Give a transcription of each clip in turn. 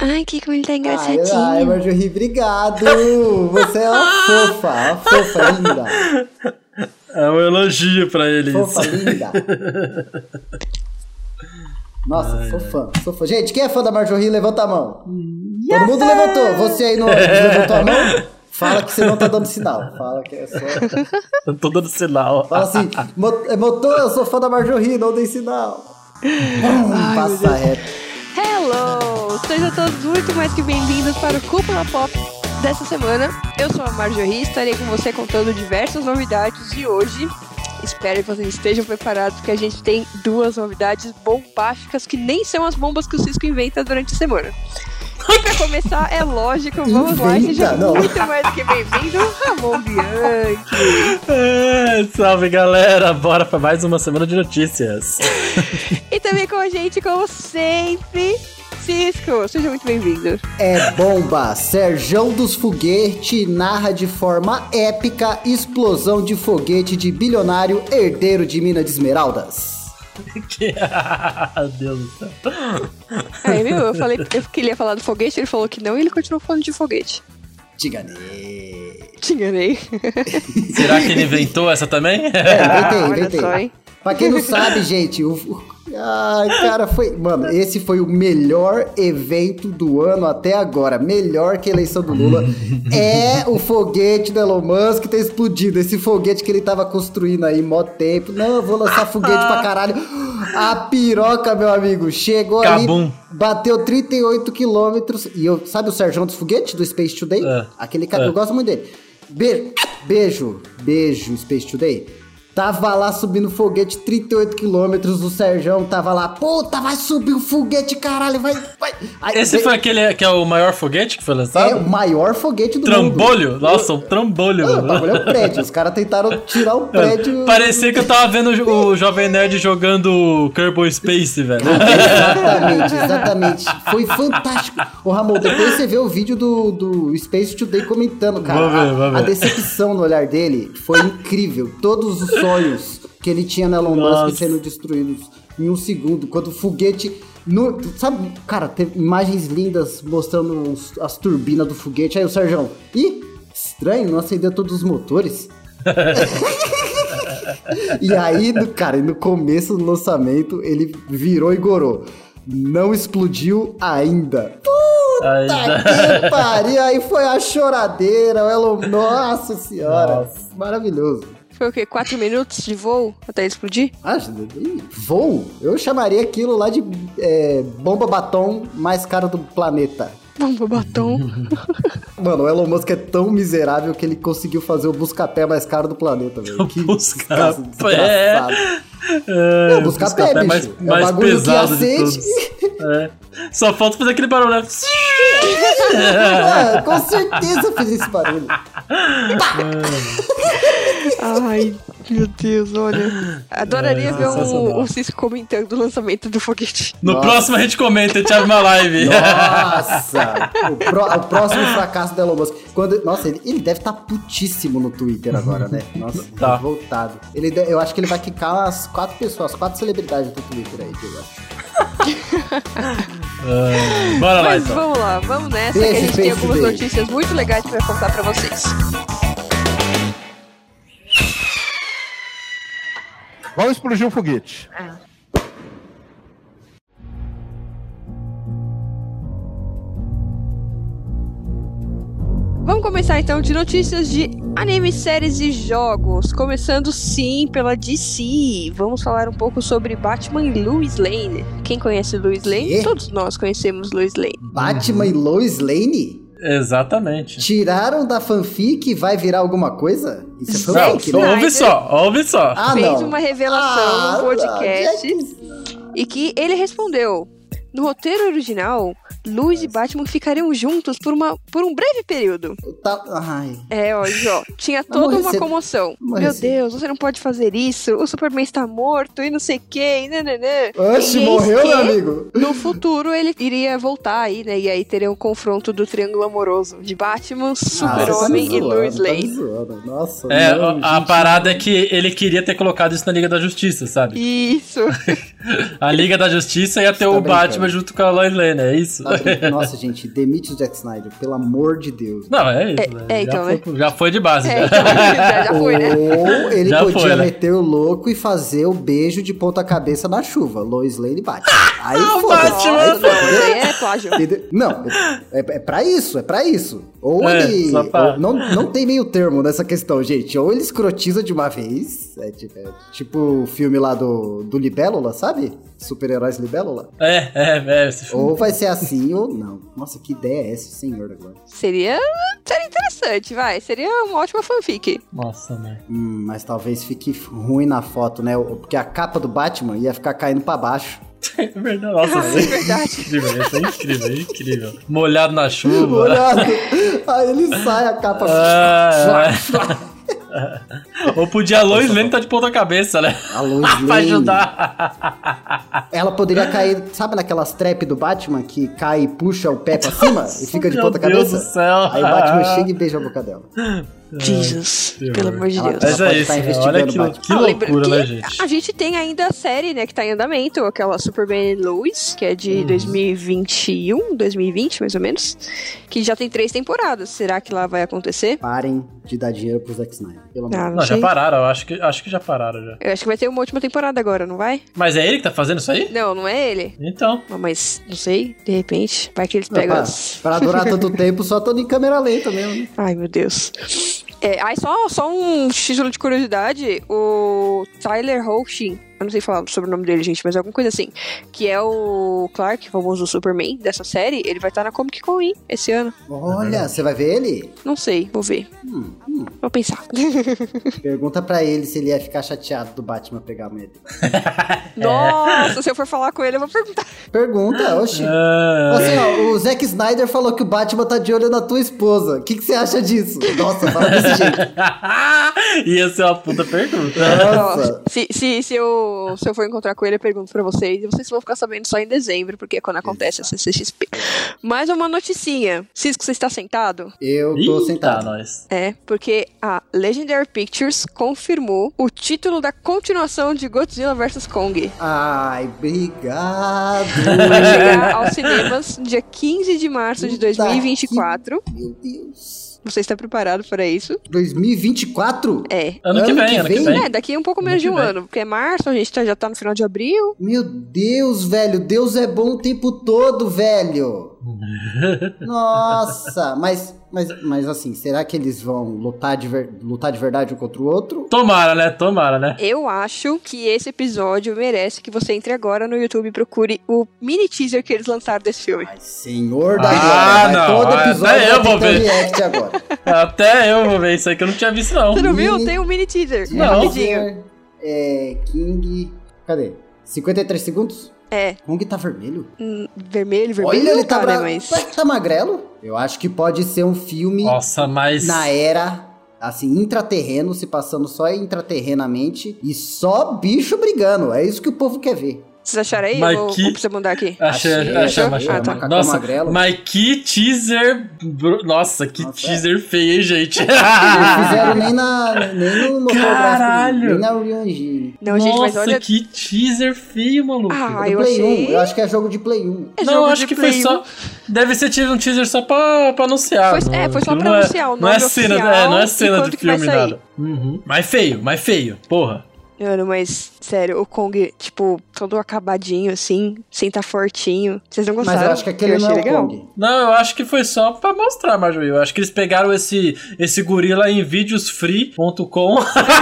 Ai, que como ele tá engraçadinho. Ai, Marjorie, obrigado. Você é uma fofa linda. É um elogio pra ele. Fofa isso. linda. Nossa, sou fã. Gente, quem é fã da Marjorie, levanta a mão. Todo mundo levantou. Você aí não levantou a mão? Fala que você não tá dando sinal. Fala que é só... Eu tô dando sinal. Fala assim, motor, eu sou fã da Marjorie, não dei sinal. Passa reto. Hello! Sejam todos muito mais que bem-vindos para o Cúpula Pop dessa semana. Eu sou a Marjorie, estarei com você contando diversas novidades e hoje... Espero que vocês estejam preparados, porque a gente tem duas novidades bombásticas que nem são as bombas que o Cisco inventa durante a semana. E pra começar, é lógico, vamos lá, seja muito mais que bem-vindo, Ramon Bianchi. Salve, galera, bora pra mais uma semana de notícias. E também com a gente, como sempre, Cisco, seja muito bem-vindo. É bomba, Serjão dos Foguete narra de forma épica explosão de foguete de bilionário herdeiro de mina de esmeraldas. Meu Deus do céu. Aí, viu? Eu falei que ele ia falar do foguete, ele falou que não e ele continuou falando de foguete. Te enganei. Te enganei. Será que ele inventou essa também? Inventei. Só, hein? Pra quem não sabe, gente, ai, cara, mano, esse foi o melhor evento do ano até agora. Melhor que a eleição do Lula. É o foguete do Elon Musk ter explodido. Esse foguete que ele tava construindo aí mó tempo. Não, eu vou lançar foguete pra caralho. A piroca, meu amigo, chegou Cabum. ali, bateu 38 quilômetros. E sabe o Serjão dos Foguetes do Space Today? Aquele cara, eu gosto muito dele. Beijo, Space Today. Tava lá subindo foguete 38 quilômetros, o Serjão tava lá, puta, vai subir o foguete, caralho, vai. Aí, esse foi aquele que é o maior foguete que foi lançado? É o maior foguete do trambolho? mundo. Nossa, um trambolho. O bagulho é um prédio, os caras tentaram tirar o prédio. Parecia que eu tava vendo o Jovem Nerd jogando Kerbal Space, velho. Exatamente. Foi fantástico. Ô, Ramon, depois você vê o vídeo do Space Today comentando, cara. Vamos ver. A decepção no olhar dele foi incrível. Todos os sonhos que ele tinha no Elon Musk sendo destruídos em um segundo, quando o foguete... sabe, cara, teve imagens lindas mostrando as turbinas do foguete. Aí o Serjão, estranho, não acendeu todos os motores. E aí, no começo do lançamento, ele virou e gorou. Não explodiu ainda. Puta que pariu! Aí foi a choradeira, o Elon... Nossa senhora! Nossa. Maravilhoso. Foi o quê? 4 minutos de voo até explodir? Voo? Eu chamaria aquilo lá de bomba batom mais cara do planeta. Bomba batom. Mano, o Elon Musk é tão miserável que ele conseguiu fazer o busca-pé mais caro do planeta, velho. Que busca-pé. O busca-pé, bicho. Mais é um bagulho pesado que acende. Só falta fazer aquele barulho, né? Com certeza fez esse barulho. Ai, meu Deus, olha. Adoraria ver o Cisco comentando o lançamento do foguete. No próximo a gente comenta, a gente abre uma live. Nossa! O próximo fracasso do Elon Musk. Nossa, ele deve estar putíssimo no Twitter agora, né? Nossa, tá voltado. Eu acho que ele vai quicar umas 4 pessoas, 4 celebridades do Twitter aí, eu acho. Bora lá, Mas então. vamos lá, vamos nessa, que a gente tem algumas notícias muito legais pra contar pra vocês. Vamos explodir um foguete. Vamos começar então de notícias de animes, séries e jogos. Começando sim pela DC. Vamos falar um pouco sobre Batman e Lois Lane. Quem conhece Lois Lane? Todos nós conhecemos Lois Lane. Batman e Lois Lane? Exatamente. Tiraram da fanfic e vai virar alguma coisa? Isso é fanfic, né? Ouve só. Fez uma revelação no podcast e que ele respondeu. No roteiro original, Lois e Batman ficariam juntos por um breve período. Tinha toda uma comoção. Meu Deus, você não pode fazer isso, o Superman está morto e não sei o que, Oxe, morreu, meu amigo? No futuro ele iria voltar aí, né, e aí teria um confronto do triângulo amoroso de Batman, Super-Homem e Lois Lane. A parada é que ele queria ter colocado isso na Liga da Justiça, sabe? Isso. A Liga da Justiça ia ter Tá o brincando. Batman junto com a Lois Lane, é isso? Nossa, gente, demite o Zack Snyder, pelo amor de Deus. Não, é isso. né? então, Já foi de base. É, né? então, já foi, né? Ou ele Já podia foi, né? meter o louco e fazer o beijo de ponta cabeça na chuva. Lois Lane e Batman. Aí foda-se. Batman! Nossa, não, isso aí é plágio. Entendeu? Não, é pra isso, é pra isso. Ou É, ele. só pra- ou não tem meio termo nessa questão, gente. Ou ele escrotiza de uma vez. Tipo o filme lá do Libélula, sabe? Super-heróis Libélula. Esse filme. Ou vai ser assim ou não. Nossa, que ideia é essa, senhor, agora? Seria interessante, vai. Seria uma ótima fanfic. Nossa, né? Mas talvez fique ruim na foto, né? Porque a capa do Batman ia ficar caindo pra baixo. É verdade. Nossa, É verdade. incrível. Isso é incrível, é incrível. Molhado na chuva. Olhado. Aí ele sai, a capa. Ou podia a Lois Lane tá de ponta cabeça, né? A Lois Pra Lane. ajudar. Ela poderia cair, sabe naquelas trap do Batman que cai e puxa o pé pra cima e fica de Meu ponta Deus cabeça? do céu. Aí o Batman chega e beija a boca dela. Jesus, pelo amor de Ela- Deus. Mas Ela é pode isso, tá né? investigando Olha o Batman. que Lembrando loucura, né, que gente? a gente tem ainda a série, né, que tá em andamento, aquela Superman Lois, que é de 2021, 2020, mais ou menos, que já tem 3 temporadas. Será que lá vai acontecer? Parem de dar dinheiro pro Zack Snyder. Pelo amor de Ah, Deus. Não, já sei. pararam, eu acho que já pararam já. Eu acho que vai ter uma última temporada agora, não vai? Mas é ele que tá fazendo isso aí? Não, não é ele. Então. Mas, não sei, de repente, vai que eles Não, pegam pra, as... pra durar tanto tempo, só tô em câmera lenta mesmo. Né? Ai, meu Deus. Só um título de curiosidade, o Tyler Hoechlin, eu não sei falar sobre o nome dele, gente, mas é alguma coisa assim, que é o Clark, famoso Superman dessa série, ele vai estar na Comic Con esse ano. Olha, você vai ver ele? Não sei, vou ver. Vou pensar. Pergunta pra ele se ele ia ficar chateado do Batman pegar a mulher dele. Nossa, se eu for falar com ele, eu vou perguntar. Pergunta, oxi. Assim, ó, o Zack Snyder falou que o Batman tá de olho na tua esposa. O que você acha disso? Nossa, fala desse jeito. Ia ser uma puta pergunta. Nossa. Se eu for encontrar com ele, eu pergunto pra vocês. E vocês vão ficar sabendo só em dezembro, porque é quando acontece a CCXP. Mais uma noticinha. Cisco, você está sentado? Eu tô Eita, sentado. nós. É, porque a Legendary Pictures confirmou o título da continuação de Godzilla vs Kong. Ai, obrigado. Vai chegar aos cinemas no dia 15 de março de Puta 2024. Meu Deus. Você está preparado para isso? 2024? É. Ano que vem. É, daqui um pouco menos de um ano, porque é março, a gente já tá no final de abril. Meu Deus, velho. Deus é bom o tempo todo, velho. Nossa, mas assim, será que eles vão lutar de verdade um contra o outro? Tomara, né? Eu acho que esse episódio merece que você entre agora no YouTube e procure o mini teaser que eles lançaram desse filme. Ai, senhor da Ah, glória. Vai não, todo episódio até eu vai vou ter ver. react agora. Até eu vou ver isso aí que eu não tinha visto, não. Você não viu? Mini- Tem um mini teaser. Não. Rapidinho. King... Cadê? 53 segundos? É. Kong tá vermelho? Vermelho Olha, não ele tá né, bravo. mas... Será que tá magrelo? Eu acho que pode ser um filme Nossa, mas... na era, assim, intraterreno, se passando só intraterrenamente e só bicho brigando. É isso que o povo quer ver. Vocês acharam aí? Mas Eu vou que- precisar mandar aqui. Achei. Ah, tá. Macacão Nossa, magrelo. mas que teaser... Nossa, que Nossa, teaser feio, hein, gente? Não fizeram nem no motográfico, Caralho! nem na Real Engine. Não, gente, mas Nossa, olha... que teaser feio, maluco. Ah, Do eu Play achei... 1, eu acho que é jogo de Play 1. É Não, jogo acho de que foi Play só... Deve ser um teaser só pra anunciar. Foi só Aquilo pra não anunciar o Não é nome cena, oficial não é e cena quando de que vai filme, sair. nada. Uhum. Mais feio, porra. Mano, mas, sério, o Kong, tipo, todo acabadinho, assim, sem tá fortinho. Vocês não gostaram? Mas eu acho que aquele não achei é o legal. Kong. Não, eu acho que foi só pra mostrar, Marjorie. Eu acho que eles pegaram esse gorila em videosfree.com.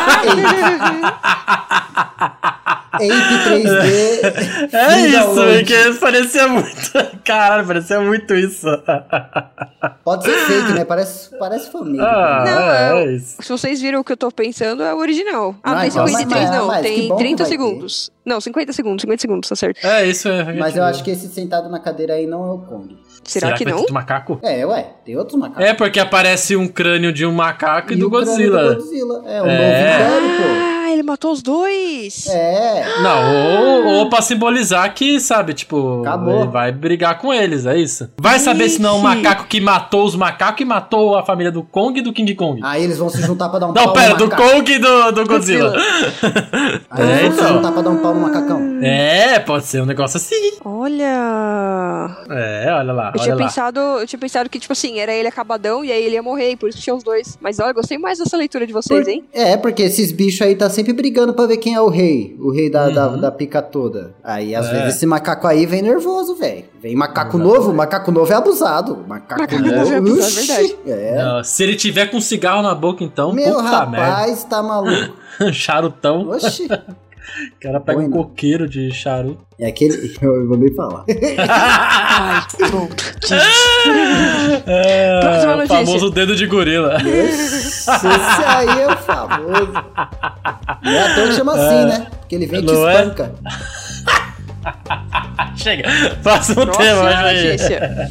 Ape 3D. É free isso, download. porque parecia muito... Caralho, parecia muito isso. Pode ser fake, né? Parece família. Não, é isso. Se vocês viram o que eu tô pensando, é o original. Ah, Ah, tem então, 53 não, mas que tem bom que 30 vai segundos. Não, 50 segundos, tá certo. É isso. É, Mas eu acho que esse sentado na cadeira aí não é o Kong. Será que vai não? ter macaco? É, ué, tem outros macacos. É, porque aparece um crânio de um macaco e do o crânio Godzilla. do Godzilla. É, o É. novo Império, pô. Ah, ele matou os dois! Não, ou pra simbolizar que, sabe, tipo, Acabou. ele vai brigar com eles, é isso. Vai saber se não é o macaco que matou os macacos e matou a família do Kong e do King Kong. Aí eles vão se juntar pra dar um Não, pau pera, no do macaco. Kong e do Godzilla. Aí eles vão se juntar pra dar um pau no macacão. Pode ser um negócio assim. Olha... Olha lá, Eu tinha pensado que, tipo assim, era ele acabadão e aí ele ia morrer, por isso que tinha os dois. Mas olha, gostei mais dessa leitura de vocês, hein? Porque esses bichos aí tá sempre brigando pra ver quem é o rei da pica toda. Aí, às vezes, esse macaco aí vem nervoso, velho. Vem macaco novo é abusado. Macaco novo é abusado, é verdade. Não, se ele tiver com cigarro na boca, então, Meu puta rapaz, tá maluco. merda. Charutão. Oxi. O cara pega um coqueiro de charuto. É aquele... Eu vou nem falar. Ai, pronto. Próxima O notícia. famoso dedo de gorila. Esse aí é o famoso. Não é à toa que chama assim, né? Porque ele vem e te Não é? espanca. Chega, próximo tema, Próxima vai aí. notícia.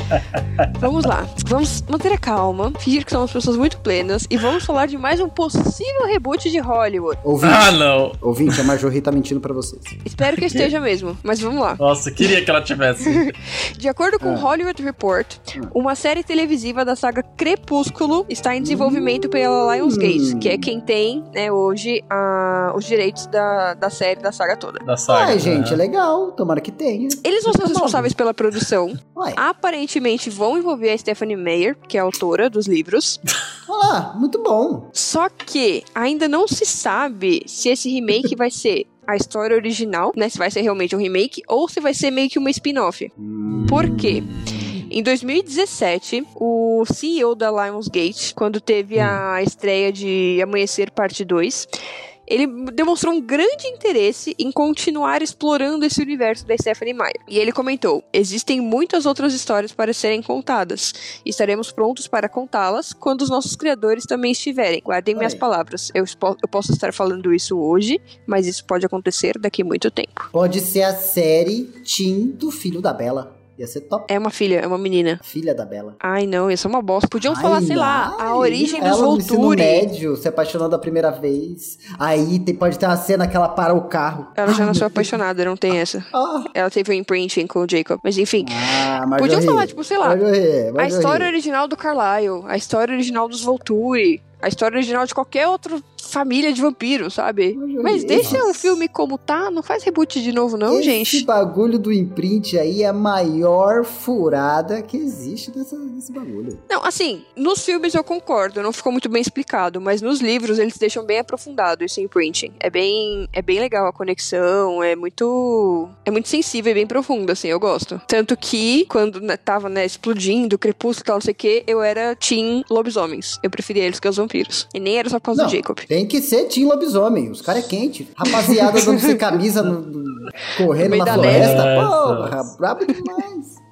Vamos lá. Vamos manter a calma, fingir que somos pessoas muito plenas e vamos falar de mais um possível reboot de Hollywood. Ouvinte, Não. ouvinte, a Marjorie tá mentindo pra vocês. Espero que esteja mesmo, mas vamos lá. Nossa, queria que ela tivesse. De acordo com o Hollywood Report, uma série televisiva da saga Crepúsculo está em desenvolvimento pela Lionsgate, que é quem tem, né, hoje os direitos da série, da saga toda. Da saga. Ai, gente, é legal. Tomara que tenha. Eles vão ser os responsáveis pela produção. Ué, Aparentemente vão envolver a Stephanie Meyer, que é a autora dos livros. olha lá, muito bom. Só que ainda não se sabe se esse remake vai ser a história original, né? Se vai ser realmente um remake ou se vai ser meio que uma spin-off. Por quê? Em 2017, o CEO da Lionsgate, quando teve a estreia de Amanhecer Parte 2, ele demonstrou um grande interesse em continuar explorando esse universo da Stephanie Meyer. E ele comentou: existem muitas outras histórias para serem contadas. Estaremos prontos para contá-las quando os nossos criadores também estiverem. Guardem minhas palavras. Eu posso estar falando isso hoje, mas isso pode acontecer daqui a muito tempo. Pode ser a série Teen do Filho da Bela. Ia ser top. É uma filha, é uma menina. Filha da Bela. Ai, não, isso é uma bosta. Podiam falar, sei lá, a origem dos ela no ensino Volturi. médio, se apaixonou da primeira vez. Aí pode ter uma cena que ela para o carro. Ela já Ai, nasceu meu apaixonada, não tem essa. Ah, Ela teve um imprinting com o Jacob. Mas enfim, Marjorie. podiam falar, tipo, sei lá, Marjorie. a história original do Carlyle, a história original dos Volturi, a história original de qualquer outra família de vampiros, sabe? Mas deixa o filme como tá, não faz reboot de novo não, Esse gente. bagulho do imprint aí é a maior furada que existe desse bagulho. Não, assim, nos filmes eu concordo, não ficou muito bem explicado, mas nos livros eles deixam bem aprofundado esse imprinting. É bem legal a conexão, é muito sensível e bem profundo, assim, eu gosto. Tanto que, quando tava, né, explodindo, crepúsculo e tal, não sei o que, eu era team lobisomens. Eu preferia eles que os vampiros. E nem era só por causa Não, do Jacob. tem que ser Team Lobisomem. Os caras é quente. Rapaziada dando sem camisa correndo No meio na da floresta. neve. Porra, brabo demais.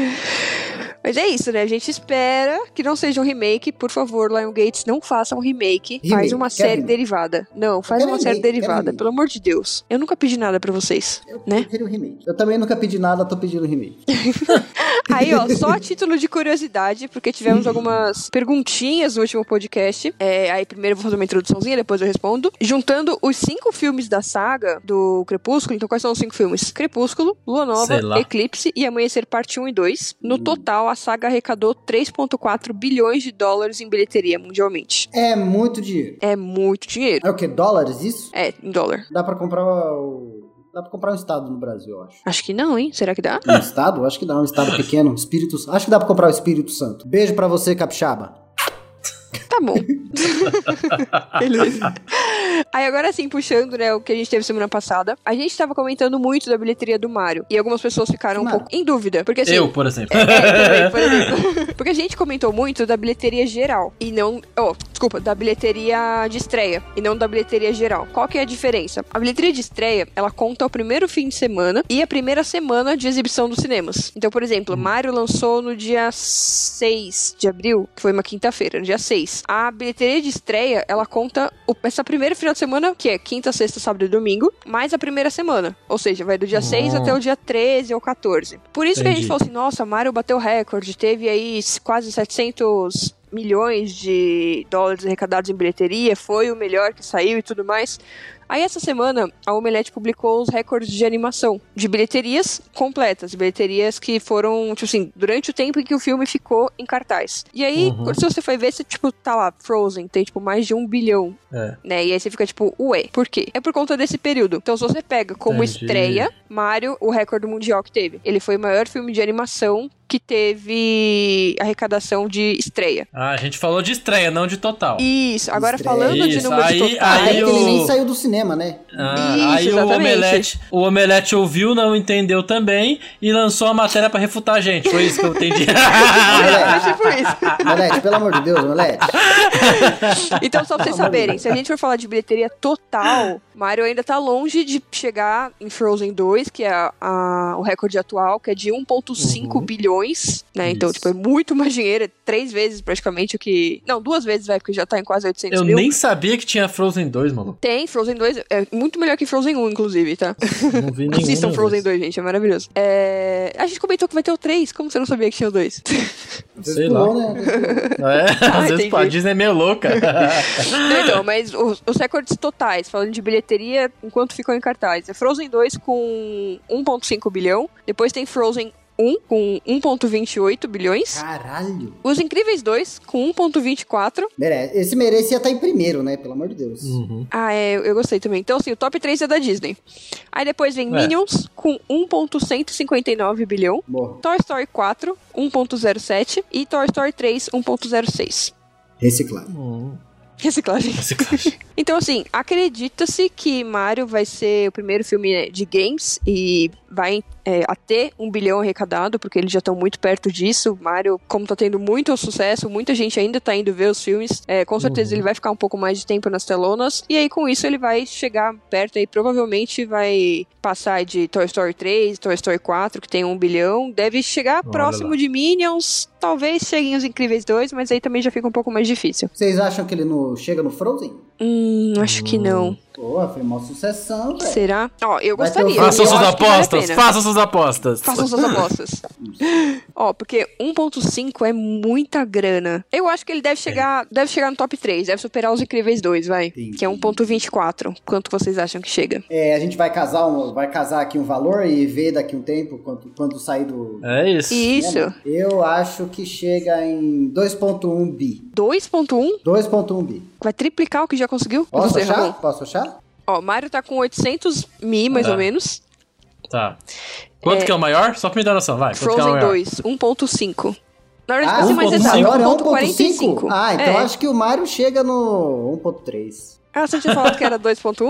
Mas é isso, né? A gente espera que não seja um remake. Por favor, Lionsgate, não faça um remake. Faz uma série remake. derivada. Não, faz Quero uma série remake, quero derivada. remake. Pelo amor de Deus. Eu nunca pedi nada pra vocês, né? Eu queria um remake. Eu também nunca pedi nada, tô pedindo remake. Aí, ó, só a título de curiosidade, porque tivemos algumas perguntinhas no último podcast. Aí primeiro eu vou fazer uma introduçãozinha, depois eu respondo. Juntando os 5 filmes da saga do Crepúsculo, então quais são os 5 filmes? Crepúsculo, Lua Sei Nova, lá. Eclipse e Amanhecer Parte 1 e 2. No total, a saga arrecadou 3,4 bilhões de dólares em bilheteria mundialmente. É muito dinheiro. É muito dinheiro. É o quê? Dólares isso? É, em dólar. Dá pra comprar Dá pra comprar um estado no Brasil, eu acho. Acho que não, hein? Será que dá? Um estado? Acho que dá, um estado pequeno. Acho que dá pra comprar o Espírito Santo. Beijo pra você, capixaba. Tá bom. Beleza. Aí agora sim, puxando, né, o que a gente teve semana passada, a gente tava comentando muito da bilheteria do Mario. E algumas pessoas ficaram um pouco em dúvida. Porque assim... Eu, por exemplo. Também, por exemplo. Porque a gente comentou muito da bilheteria geral. E não... da bilheteria de estreia. E não da bilheteria geral. Qual que é a diferença? A bilheteria de estreia, ela conta o primeiro fim de semana e a primeira semana de exibição dos cinemas. Então, por exemplo, Mario lançou no dia 6 de abril, que foi uma quinta-feira, no dia 6. A bilheteria de estreia, ela conta essa primeira final de semana, que é quinta, sexta, sábado e domingo, mais a primeira semana. Ou seja, vai do dia 6 até o dia 13 ou 14. Por isso que a gente falou assim, nossa, Mario bateu recorde, teve aí quase 700 milhões de dólares arrecadados em bilheteria, foi o melhor que saiu e tudo mais. Aí essa semana a Omelete publicou os recordes de animação, de bilheterias completas, bilheterias que foram, tipo assim, durante o tempo em que o filme ficou em cartaz. E aí, se você for ver, você, tipo, tá lá, Frozen, tem, tipo, mais de 1 bilhão, né? E aí você fica, tipo, ué, por quê? É por conta desse período. Então, se você pega como estreia, Mario, o recorde mundial que teve. Ele foi o maior filme de animação que teve arrecadação de estreia. Ah, a gente falou de estreia, não de total. Isso, agora Estreia. falando de número de total... Aí ele nem saiu do cinema, né? Aí o Omelete ouviu, não entendeu também e lançou a matéria pra refutar a gente. Foi isso que eu entendi. Omelete, pelo amor de Deus, Omelete. Então, só pra vocês saberem, se a gente for falar de bilheteria total, Mario ainda tá longe de chegar em Frozen 2, que é o recorde atual, que é de 1,5 bilhões, né? Então, tipo, é muito mais dinheiro, é 3 vezes praticamente o que... Não, 2 vezes, vai, porque já tá em quase 800 mil. Eu nem sabia que tinha Frozen 2, mano. Tem, Frozen 2 é muito melhor que Frozen 1, inclusive, tá? Não vi nenhum. Assistam Frozen 2, gente, é maravilhoso. A gente comentou que vai ter o 3, como você não sabia que tinha o 2? Sei lá. Às vezes a Disney é meio louca. Não, então, mas os recordes totais, falando de bilheteria, enquanto ficou em cartaz, é Frozen 2 com 1,5 bilhão, depois tem Frozen 1 com 1,28 bilhões. Caralho. Os Incríveis 2 com 1,24. Esse merecia estar em primeiro, né? Pelo amor de Deus. Eu gostei também. Então, assim, o top 3 é da Disney. Aí depois vem Minions com 1,159 bilhão. Morra. Toy Story 4, 1,07. E Toy Story 3, 1,06. Reciclado. Reciclagem. Então, assim, acredita-se que Mario vai ser o primeiro filme de games e vai a ter 1 bilhão arrecadado, porque eles já estão muito perto disso. Mario, como tá tendo muito sucesso, muita gente ainda tá indo ver os filmes, com certeza ele vai ficar um pouco mais de tempo nas telonas, e aí com isso ele vai chegar perto e provavelmente vai passar de Toy Story 3, Toy Story 4, que tem 1 bilhão, deve chegar próximo de Minions, talvez cheguem os Incríveis 2, mas aí também já fica um pouco mais difícil. Vocês acham que ele não chega no Frozen? Acho que não. Pô, foi uma sucessão, velho. Será? Ó, eu gostaria. Façam suas apostas, façam suas apostas. Façam suas apostas. Ó, porque 1,5 é muita grana. Eu acho que ele deve chegar no top 3, deve superar os Incríveis 2, vai. Sim. Que é 1,24. Quanto vocês acham que chega? A gente vai casar aqui um valor e ver daqui um tempo quando sair do... É isso. Isso. Eu acho que chega em 2,1 bi. 2,1? 2,1 bi. Vai triplicar o que já conseguiu? Posso achar? Posso achar? Ó, Mario tá com 800 mil, mais ou menos. Tá. Quanto que é o maior? Só pra me dar noção, vai. Frozen 2, 1,5. Na verdade, pra ser mais 1,5? exato, Maior é 1,45. Então acho que o Mario chega no 1,3. Você tinha falado que era 2,1?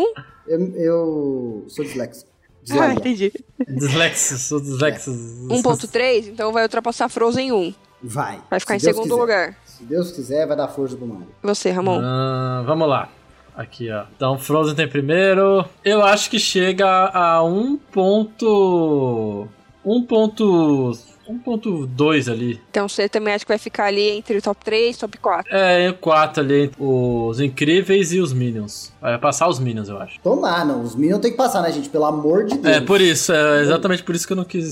Eu sou disléxico. Entendi. Sou dislexo. 1,3, então vai ultrapassar Frozen 1. Vai Ficar em segundo lugar. Se Deus quiser, vai dar força pro Mario. Você, Ramon. Vamos lá. Aqui, ó. Então, Frozen tem primeiro. Eu acho que chega a 1.2 ali. Então você também acha que vai ficar ali entre o top 3 e top 4? É, 4 ali, os Incríveis e os Minions. Vai passar os Minions, eu acho. Tomar, não. Os Minions tem que passar, né, gente? Pelo amor de Deus. Por isso. É exatamente por isso que eu não quis.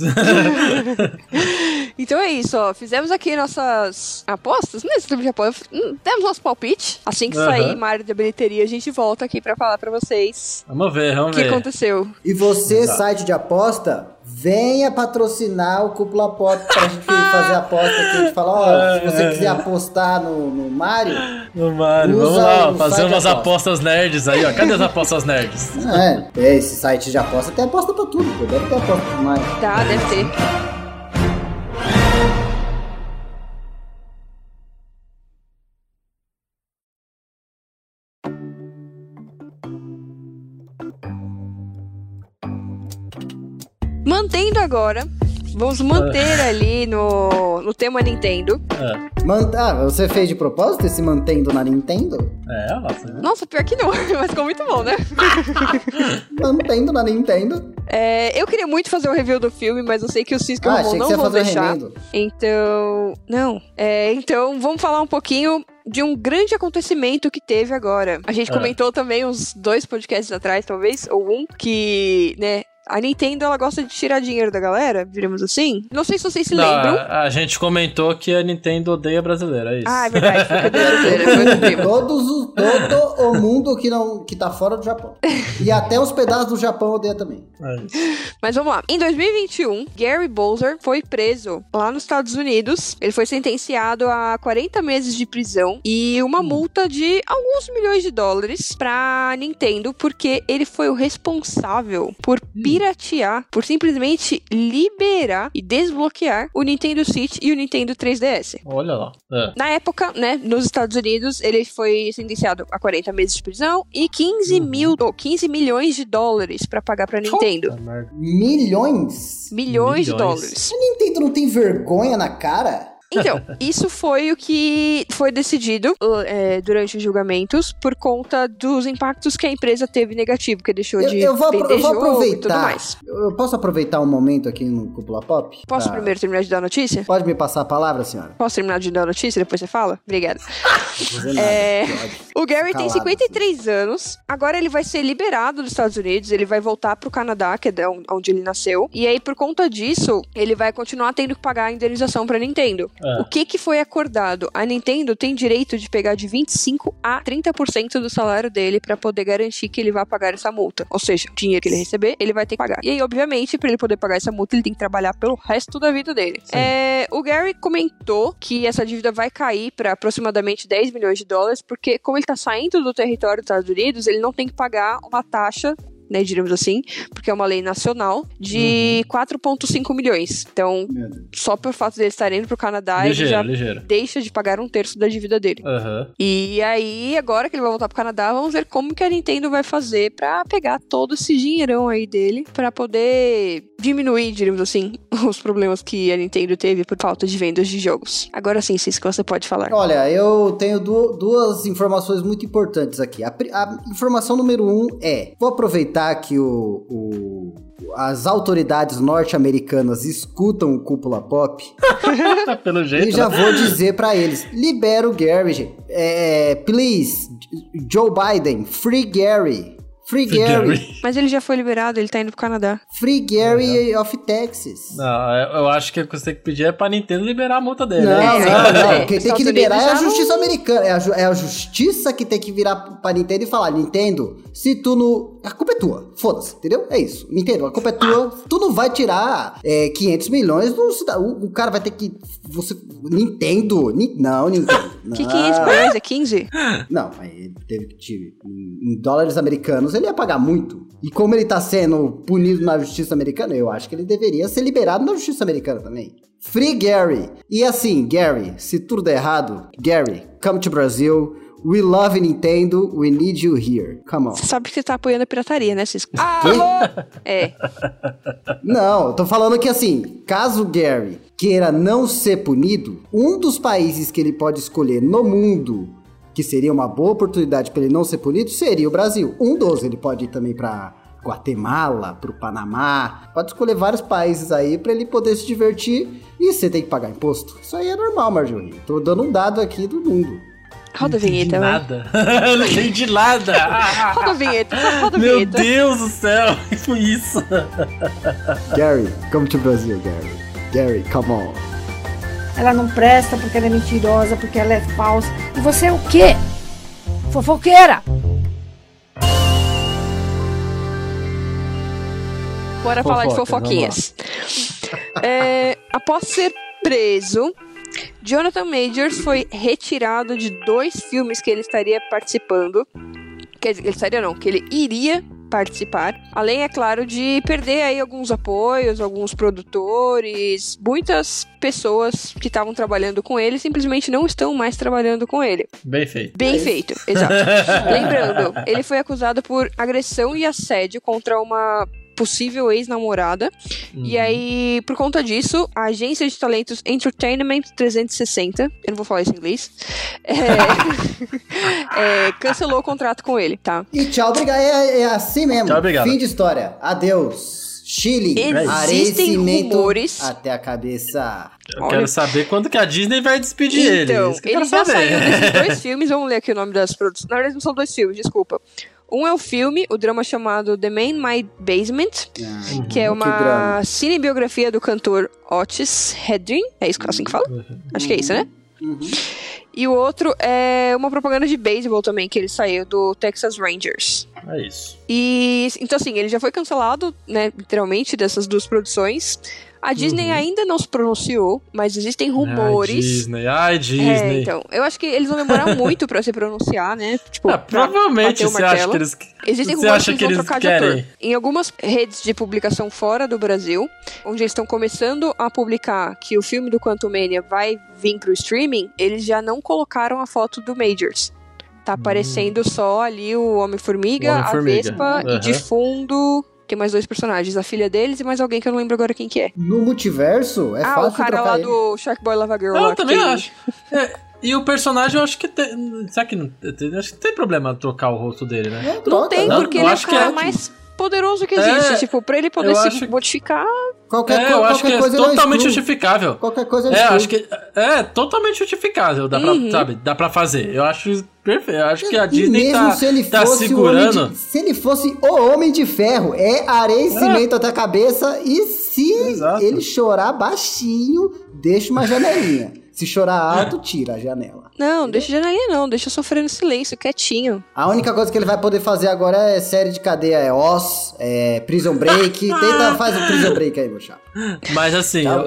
Então é isso, ó. Fizemos aqui nossas apostas, nesse tempo de apoio. Demos nosso palpite. Assim que sair Mario da bilheteria, a gente volta aqui pra falar pra vocês. Vamos ver. O que aconteceu. E você, site de aposta, venha patrocinar o Cúpula Pop pra gente fazer a aposta aqui. A gente fala, se você quiser apostar no Mario... No Mario, vamos lá, fazer umas apostas nerds aí, ó. Cadê as apostas nerds? Esse site de aposta tem aposta pra tudo, pô. Deve ter aposta pro Mario. Tá, deve ter. Mantendo agora, vamos manter ali no tema Nintendo. Você fez de propósito esse mantendo na Nintendo? Nossa, pior que não, mas ficou muito bom, né? Mantendo na Nintendo. Eu queria muito fazer o review do filme, mas eu sei que o Cisco e o Ramon não vão deixar. Então, não. Então, vamos falar um pouquinho de um grande acontecimento que teve agora. A gente comentou também uns 2 podcasts atrás, talvez, ou um, que, né, A Nintendo, ela gosta de tirar dinheiro da galera, diremos assim. Não sei se vocês se lembram. A gente comentou que a Nintendo odeia brasileira, é isso. Ah, é verdade, foi brasileira, foi o primo. Todo o mundo que tá fora do Japão. E até os pedaços do Japão odeia também. Mas vamos lá. Em 2021, Gary Bowser foi preso lá nos Estados Unidos. Ele foi sentenciado a 40 meses de prisão e uma multa de alguns milhões de dólares pra Nintendo, porque ele foi o responsável por piratear, por simplesmente liberar e desbloquear o Nintendo Switch e o Nintendo 3DS. Olha lá. Na época, né, nos Estados Unidos, ele foi sentenciado a 40 meses de prisão e 15 milhões de dólares pra pagar pra Nintendo. Milhões? Milhões de dólares. A Nintendo não tem vergonha na cara? Então, isso foi o que foi decidido durante os julgamentos por conta dos impactos que a empresa teve negativo, que deixou de vender jogo e tudo mais. Eu posso aproveitar um momento aqui no Cúpula Pop? Posso primeiro terminar de dar a notícia? Pode me passar a palavra, senhora? Posso terminar de dar a notícia, depois você fala? Obrigada. O Gary tem 53 anos, agora ele vai ser liberado dos Estados Unidos, ele vai voltar pro Canadá, que é onde ele nasceu, e aí por conta disso, ele vai continuar tendo que pagar a indenização pra Nintendo. O que foi acordado? A Nintendo tem direito de pegar de 25% a 30% do salário dele pra poder garantir que ele vai pagar essa multa. Ou seja, o dinheiro que ele receber, ele vai ter que pagar. E aí, obviamente, pra ele poder pagar essa multa, ele tem que trabalhar pelo resto da vida dele. O Gary comentou que essa dívida vai cair pra aproximadamente 10 milhões de dólares, porque como ele tá saindo do território dos Estados Unidos, ele não tem que pagar uma taxa, né, diremos assim, porque é uma lei nacional, de 4,5 milhões. Então, só pelo fato dele estar indo pro Canadá, ele já deixa de pagar 1/3 da dívida dele. E aí, agora que ele vai voltar pro Canadá, vamos ver como que a Nintendo vai fazer pra pegar todo esse dinheirão aí dele, pra poder diminuir, diremos assim, os problemas que a Nintendo teve por falta de vendas de jogos. Agora sim, Cisco, você pode falar. Olha, eu tenho duas informações muito importantes aqui. A informação número 1 vou aproveitar que as autoridades norte-americanas escutam o Cúpula Pop pelo jeito, e já vou dizer pra eles, libera o Gary, please, Joe Biden, free Gary. Free Gary. Mas ele já foi liberado, ele tá indo pro Canadá. Free Gary of Texas. Não, eu acho que o que você tem que pedir é pra Nintendo liberar a multa dele. Não. Quem tem que liberar é a justiça americana. É a justiça que tem que virar pra Nintendo e falar, Nintendo, se tu não... A culpa é tua. Foda-se, entendeu? É isso. Nintendo, a culpa é tua. Tu não vai tirar 500 milhões do cidadão. O cara vai ter que... Nintendo. Não, Nintendo. Que 500 milhões? É 15? Não, ele teve que tirar. Em dólares americanos, ele ia pagar muito. E como ele tá sendo punido na justiça americana, eu acho que ele deveria ser liberado na justiça americana também. Free Gary. E assim, Gary, se tudo der errado, Gary, come to Brazil. We love Nintendo, we need you here. Come on. Você sabe que você tá apoiando a pirataria, né, Cisco? Não, eu tô falando que assim, caso o Gary queira não ser punido, um dos países que ele pode escolher no mundo, que seria uma boa oportunidade para ele não ser punido, seria o Brasil. Ele pode ir também pra Guatemala, pro Panamá, pode escolher vários países aí pra ele poder se divertir e você tem que pagar imposto. Isso aí é normal, Marjorie. Tô dando um dado aqui do mundo. Roda a vinheta, vai. Nada. Não entendi nada. Roda a vinheta, roda a Meu vinheta. Deus do céu, que foi isso? Gary, come to Brazil, Gary. Gary, come on. Ela não presta porque ela é mentirosa, porque ela é falsa. E você é o quê? Fofoqueira! Bora falar de fofoquinhas. Após ser preso, Jonathan Majors foi retirado de 2 filmes que ele estaria participando. Quer dizer, que ele iria participar. Além, é claro, de perder aí alguns apoios, alguns produtores, muitas pessoas que estavam trabalhando com ele simplesmente não estão mais trabalhando com ele. Bem feito. Bem feito, exato. Lembrando, ele foi acusado por agressão e assédio contra uma possível ex-namorada. E aí, por conta disso, a agência de talentos Entertainment 360, eu não vou falar isso em inglês, cancelou o contrato com ele, tá? E tchau, obrigado. É assim mesmo. Tchau, obrigado. Fim de história. Adeus. Chile. Existem rumores. Até a cabeça. Eu quero saber quando que a Disney vai despedir ele. Então, Isso que eu ele quero já saber. saiu desses 2 filmes. Vamos ler aqui o nome das produções. Na verdade, não são 2 filmes, desculpa. Um é o filme, o drama chamado The Man in My Basement, que é uma cinebiografia do cantor Otis Redding. É isso assim que fala? Acho que é isso, né? E o outro é uma propaganda de beisebol também, que ele saiu do Texas Rangers. É isso. E, então assim, ele já foi cancelado, né, literalmente, dessas duas produções. A Disney ainda não se pronunciou, mas existem rumores. Ai, Disney. Então, eu acho que eles vão demorar muito pra se pronunciar, né? Tipo, provavelmente você acha que eles... Existem rumores que eles vão trocar de ator. Em algumas redes de publicação fora do Brasil, onde eles estão começando a publicar que o filme do Quantumania vai vir pro streaming, eles já não colocaram a foto do Majors. Tá aparecendo só ali o Homem-Formiga, a Vespa e de fundo... Tem mais 2 personagens, a filha deles e mais alguém que eu não lembro agora quem que é. No multiverso, é fácil o cara lá do Shark Boy Lava Girl. Eu também acho. E o personagem, eu acho que tem... Será que não... Acho que tem problema trocar o rosto dele, né? Não tem, porque ele é o cara mais poderoso que existe. Tipo, pra ele poder se modificar... eu acho que é totalmente justificável. Qualquer coisa acho que é totalmente justificável. Dá pra, sabe, dá pra fazer. Eu acho perfeito. Eu acho que a Disney tá segurando. Se ele fosse o Homem de Ferro, é areia e cimento até a cabeça. E se ele chorar baixinho, deixa uma janelinha. Se chorar alto, tira a janela. Não, deixa janelinha não. Deixa sofrer no silêncio, quietinho. A única coisa que ele vai poder fazer agora é série de cadeia. É Oz, é Prison Break. Faz o Prison Break aí, meu chapa. Mas assim, a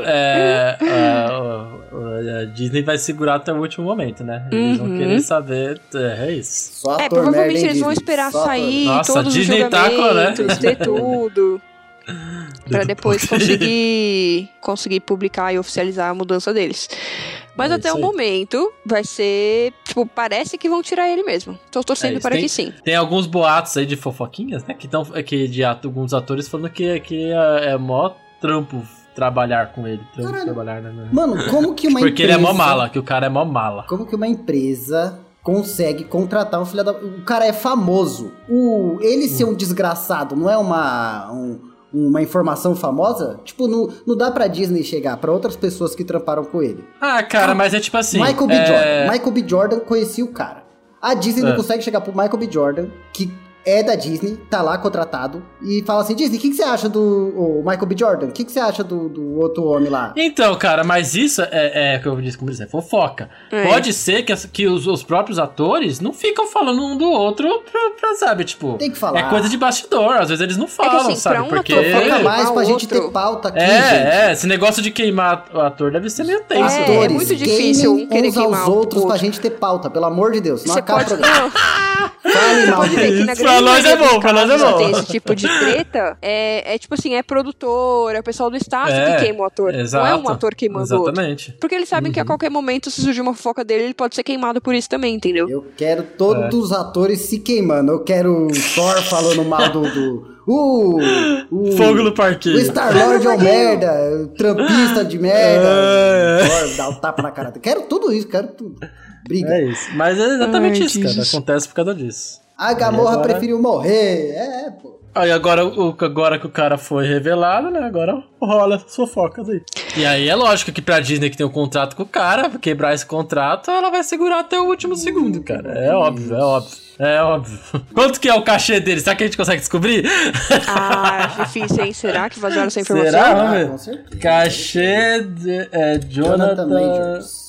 Disney vai segurar até o último momento, né? Eles vão querer saber. É isso. Só provavelmente eles vão esperar sair todos os julgamentos, ter tudo. Pra depois conseguir publicar e oficializar a mudança deles. Mas até o momento vai ser... Tipo, parece que vão tirar ele mesmo. Tô torcendo para que sim. Tem alguns boatos aí de fofoquinhas, né? De alguns atores falando que é mó trampo trabalhar com ele. Trabalhar, né? Mano, como que uma Porque ele é mó mala, que o cara é mó mala. Como que uma empresa consegue contratar um filho da... O cara é famoso. Ele ser um desgraçado não é uma informação famosa? Tipo, não dá pra Disney chegar pra outras pessoas que tramparam com ele. Cara, mas é tipo assim... Michael B. Jordan conhecia o cara. A Disney não consegue chegar pro Michael B. Jordan, que é da Disney, tá lá contratado, e fala assim, Disney, o que você acha do Michael B. Jordan? O que você acha do outro homem lá? Então, cara, mas isso como eu disse, é fofoca. Pode ser que os próprios atores não ficam falando um do outro pra sabe, tipo... Tem que falar. É coisa de bastidor, às vezes eles não falam, assim, sabe? Porque... Fofoca mais pra gente ter pauta aqui, gente. Esse negócio de queimar o ator deve ser meio tenso. Atores, é muito difícil querer queimar os outros pra gente ter pauta, pelo amor de Deus. Não acaba o programa. Você pode ver que na grande pra nós é bom, pra nós é bom. Tem esse tipo de treta, é tipo assim, é produtor, é o pessoal do staff que queima o ator. Exato, não é um ator queimando o outro. Exatamente. Porque eles sabem que a qualquer momento, se surgir uma fofoca dele, ele pode ser queimado por isso também, entendeu? Eu quero todos os atores se queimando. Eu quero o Thor falando mal Fogo no parquinho. O Star-Lord é um merda, o trampista de merda. Thor dá o tapa na cara. Quero tudo isso, quero tudo. Briga. É isso. Mas é exatamente isso, cara. Acontece por causa disso. A Gamorra preferiu morrer. Pô. Aí agora que o cara foi revelado, né? Agora rola essas fofocas aí. E aí é lógico que pra Disney que tem um contrato com o cara, quebrar esse contrato, ela vai segurar até o último segundo, cara. É óbvio. Quanto que é o cachê dele? Será que a gente consegue descobrir? Acho difícil, hein? Será que vazaram essa informação? Será? Vamos ver. Cachê de Jonathan Majors.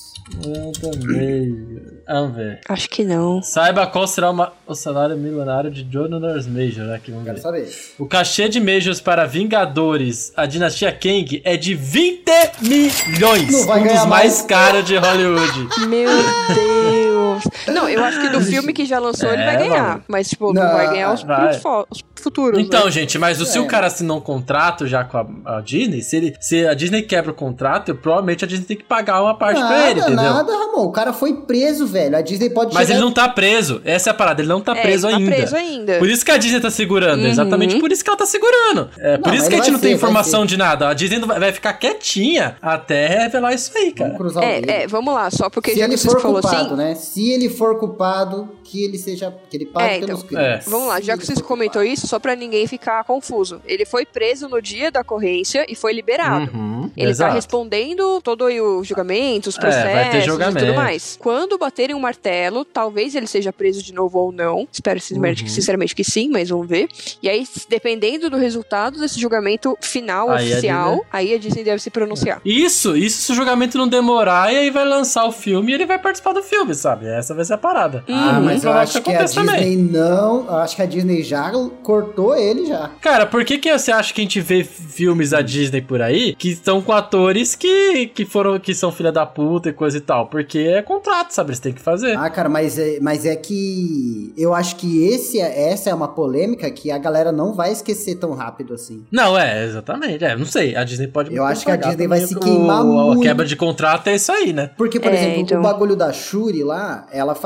Vamos ver. Acho que não. Saiba qual será o salário milionário de Jonathan Majors. Aqui, vamos ver. Quero saber. O cachê de Majors para Vingadores, a dinastia Kang, é de 20 milhões. Um dos mais caros de Hollywood. Meu Deus. Não, eu acho que do filme que já lançou ele vai ganhar. Mano. Mas, tipo, não vai ganhar os futuros. Então, né? gente, mas se o cara assinou um contrato já com a Disney, se a Disney quebra o contrato, provavelmente a Disney tem que pagar uma parte pra ele, entendeu? Nada, Ramon. O cara foi preso, velho. A Disney pode Mas ele não tá preso. Essa é a parada. Ele não tá preso ele ainda. Tá preso ainda. Por isso que a Disney tá segurando. Exatamente por isso que ela tá segurando. Por isso que a gente não tem informação de nada. A Disney vai ficar quietinha até revelar isso aí, cara. Vamos cruzar o dedo. Vamos lá. Só porque se já ele que você for falou culpado, assim... né? Se se ele for culpado, que ele pague pelos crimes. Vamos lá, já que você comentou isso, só pra ninguém ficar confuso. Ele foi preso no dia da ocorrência e foi liberado. Ele tá respondendo todo o julgamento, os processos e tudo mais. Quando baterem um martelo, talvez ele seja preso de novo ou não. Espero sinceramente que sim, mas vamos ver. E aí, dependendo do resultado desse julgamento final, oficial, aí a Disney deve se pronunciar. Isso se o julgamento não demorar, e aí vai lançar o filme e ele vai participar do filme, sabe? Essa vai ser a parada. Mas eu acho que a Disney não... Eu acho que a Disney já cortou ele já. Cara, por que você acha que a gente vê filmes da Disney por aí que estão com atores que são filha da puta e coisa e tal? Porque é contrato, sabe? Eles têm que fazer. Cara, mas é que eu acho que essa é uma polêmica que a galera não vai esquecer tão rápido assim. Não, exatamente. Não sei. A Disney pode... Eu acho que a Disney vai se queimar muito. A quebra de contrato é isso aí, né? Porque, por exemplo, o bagulho da Shuri lá,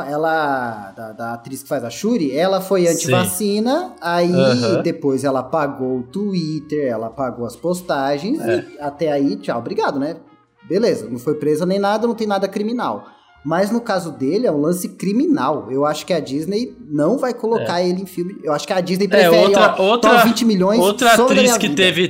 da atriz que faz a Shuri, ela foi anti-vacina, aí depois ela apagou o Twitter, ela apagou as postagens, e até aí, tchau, obrigado, né? Beleza, não foi presa nem nada, não tem nada criminal. Mas no caso dele é um lance criminal. Eu acho que a Disney não vai colocar ele em filme. Eu acho que a Disney prefere outra 20 milhões. Outra atriz que teve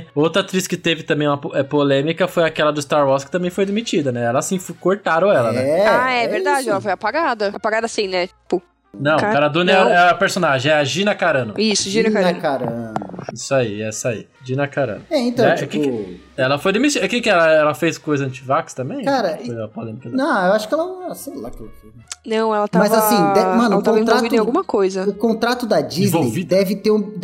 também uma polêmica foi aquela do Star Wars, que também foi demitida, né? Ela assim, cortaram ela, né? É verdade, ela foi apagada. Apagada assim, né? Tipo, não, Cara Dune é a personagem, é a Gina Carano. Isso, Gina Carano. Isso aí, essa aí. Gina Carano. Então, tipo... Ela foi demitida. O que ela fez coisa anti-vax também? Cara, foi a polêmica não, eu acho que ela... Sei lá o que ela fez. Não, ela tava... Mas assim, mano, ela tava envolvida em alguma coisa. O contrato da Disney deve ter 1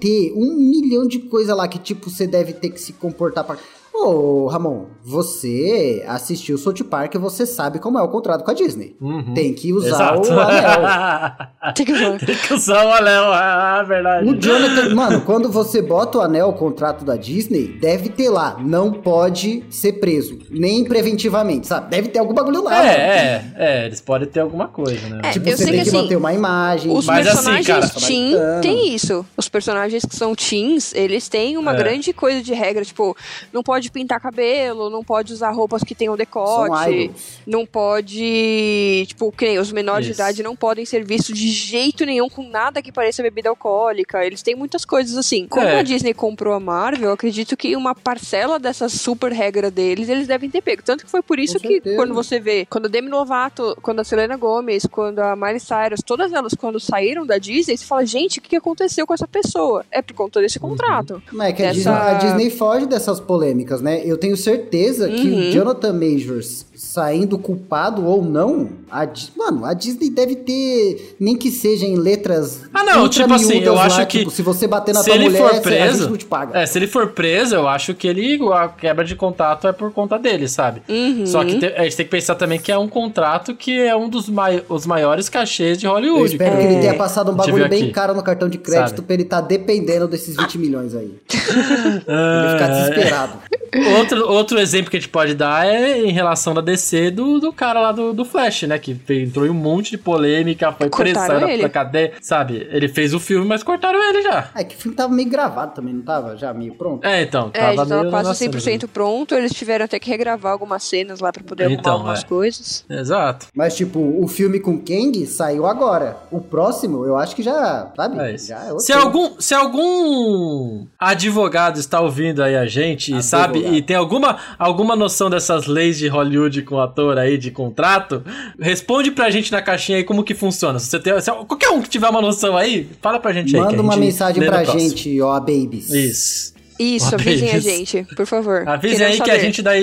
milhão de coisa lá que, tipo, você deve ter que se comportar pra... Ô, Ramon, você assistiu o South Park e você sabe como é o contrato com a Disney. Tem que usar o anel. Tem que usar o anel, verdade. O Jonathan, mano, quando você bota o anel, o contrato da Disney, deve ter lá, não pode ser preso, nem preventivamente, sabe? Deve ter algum bagulho lá. Eles podem ter alguma coisa, né? Tipo, você tem que manter uma imagem. Os personagens teen tem isso. Os personagens que são teens, eles têm uma grande coisa de regra, tipo, não pode pintar cabelo, não pode usar roupas que tenham decote, não pode, tipo, que nem os menores de idade não podem ser vistos de jeito nenhum com nada que pareça bebida alcoólica. Eles têm muitas coisas assim. Como a Disney comprou a Marvel, eu acredito que uma parcela dessa super regra deles, eles devem ter pego. Tanto que foi por isso que quando você vê, quando a Demi Lovato, quando a Selena Gomez, quando a Miley Cyrus, todas elas quando saíram da Disney, você fala, gente, o que aconteceu com essa pessoa? É por conta desse contrato. Mas é que a Disney foge dessas polêmicas, né? Eu tenho certeza que o Jonathan Majors saindo culpado ou não, a Disney deve ter, nem que seja em letras tipo assim, eu acho que tipo, se você bater na tua mulher, a gente não te paga. Se ele for preso, eu acho que a quebra de contrato é por conta dele, sabe? Só que a gente tem que pensar também que é um contrato que é um dos os maiores cachês de Hollywood. Eu espero que ele tenha passado um bagulho bem caro no cartão de crédito pra ele estar dependendo desses 20 milhões aí. Ele ficar desesperado. Outro exemplo que a gente pode dar é em relação da DC do cara lá do Flash, né? Que entrou em um monte de polêmica, foi preso pra cadeia, sabe? Ele fez o filme, mas cortaram ele já. É que o filme tava meio gravado também, não tava? Já meio pronto? Então. Já tava quase 100% pronto, eles tiveram até que regravar algumas cenas lá pra poder arrumar algumas coisas. Exato. Mas, tipo, o filme com Kang saiu agora. O próximo, eu acho que já, sabe? Já é outro. Se algum advogado está ouvindo aí a gente e sabe, e tem alguma noção dessas leis de Hollywood com ator aí, de contrato, responde pra gente na caixinha aí como que funciona. Se qualquer um que tiver uma noção aí, fala pra gente aí. Manda uma mensagem pra gente, ó, babies. Isso, avisem a gente, por favor. Avisem aí que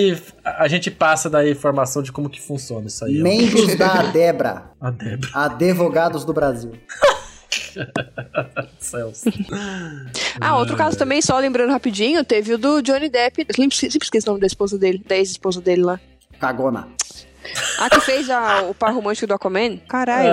a gente passa daí informação de como que funciona isso aí. Membros da Adebra. Advogados do Brasil. Outro caso também, só lembrando rapidinho, teve o do Johnny Depp. Eu sempre esqueci o nome da esposa dele, da ex-esposa dele lá. Cagona. Que fez o par romântico do Aquaman? Caralho.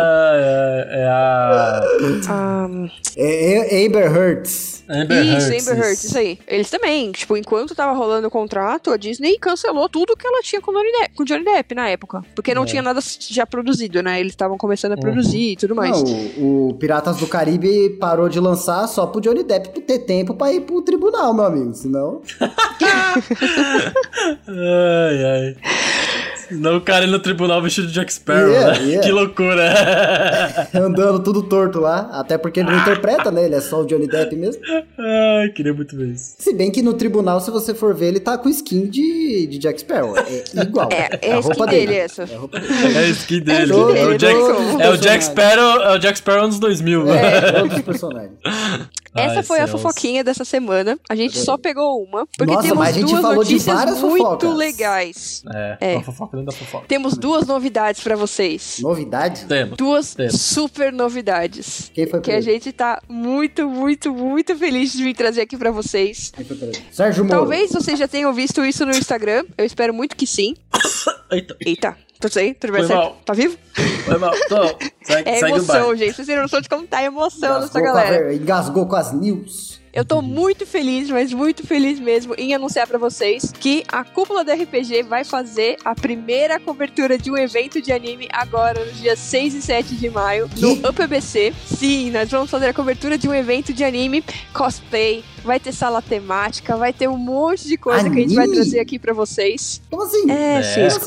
Amber Heard. Amber Heard, isso aí. Eles também, tipo, enquanto tava rolando o contrato, a Disney cancelou tudo que ela tinha com o Johnny Depp na época. Porque não tinha nada já produzido, né? Eles estavam começando a produzir e tudo mais. O Piratas do Caribe parou de lançar só pro Johnny Depp ter tempo pra ir pro tribunal, meu amigo. Senão... Não, o cara no tribunal vestido de Jack Sparrow, né? Que loucura. Andando tudo torto lá. Até porque ele não interpreta, né? Ele é só o Johnny Depp mesmo. Ai, queria muito ver isso. Se bem que no tribunal, se você for ver, ele tá com skin de Jack Sparrow. É igual. É a skin dele, essa. É a roupa É a skin dele. É o Jack Sparrow anos 2000. Todos os personagens. Essa foi a fofoquinha dessa semana. A gente só pegou uma, porque Nossa, temos mas a gente duas falou de notícias várias muito fofocas. legais. Uma fofoca dentro da fofoca. Temos duas novidades pra vocês. Novidade? Duas super novidades. Quem foi que a gente tá muito, muito, muito feliz de vir trazer aqui pra vocês. Quem foi Sérgio Moro. Talvez vocês já tenham visto isso no Instagram. Eu espero muito que sim. Eita. Tudo bem? Tudo bem? Certo? Tá vivo? Foi mal. É emoção, gente. Vocês não noção de como tá a emoção dessa galera. Engasgou com as news. Eu tô muito feliz, mas muito feliz mesmo em anunciar pra vocês que a Cúpula do RPG vai fazer a primeira cobertura de um evento de anime agora, nos dias 6 e 7 de maio, no UPBC. Sim, nós vamos fazer a cobertura de um evento de anime, cosplay, vai ter sala temática, vai ter um monte de coisa que a gente vai trazer aqui pra vocês. Como assim? Cisco.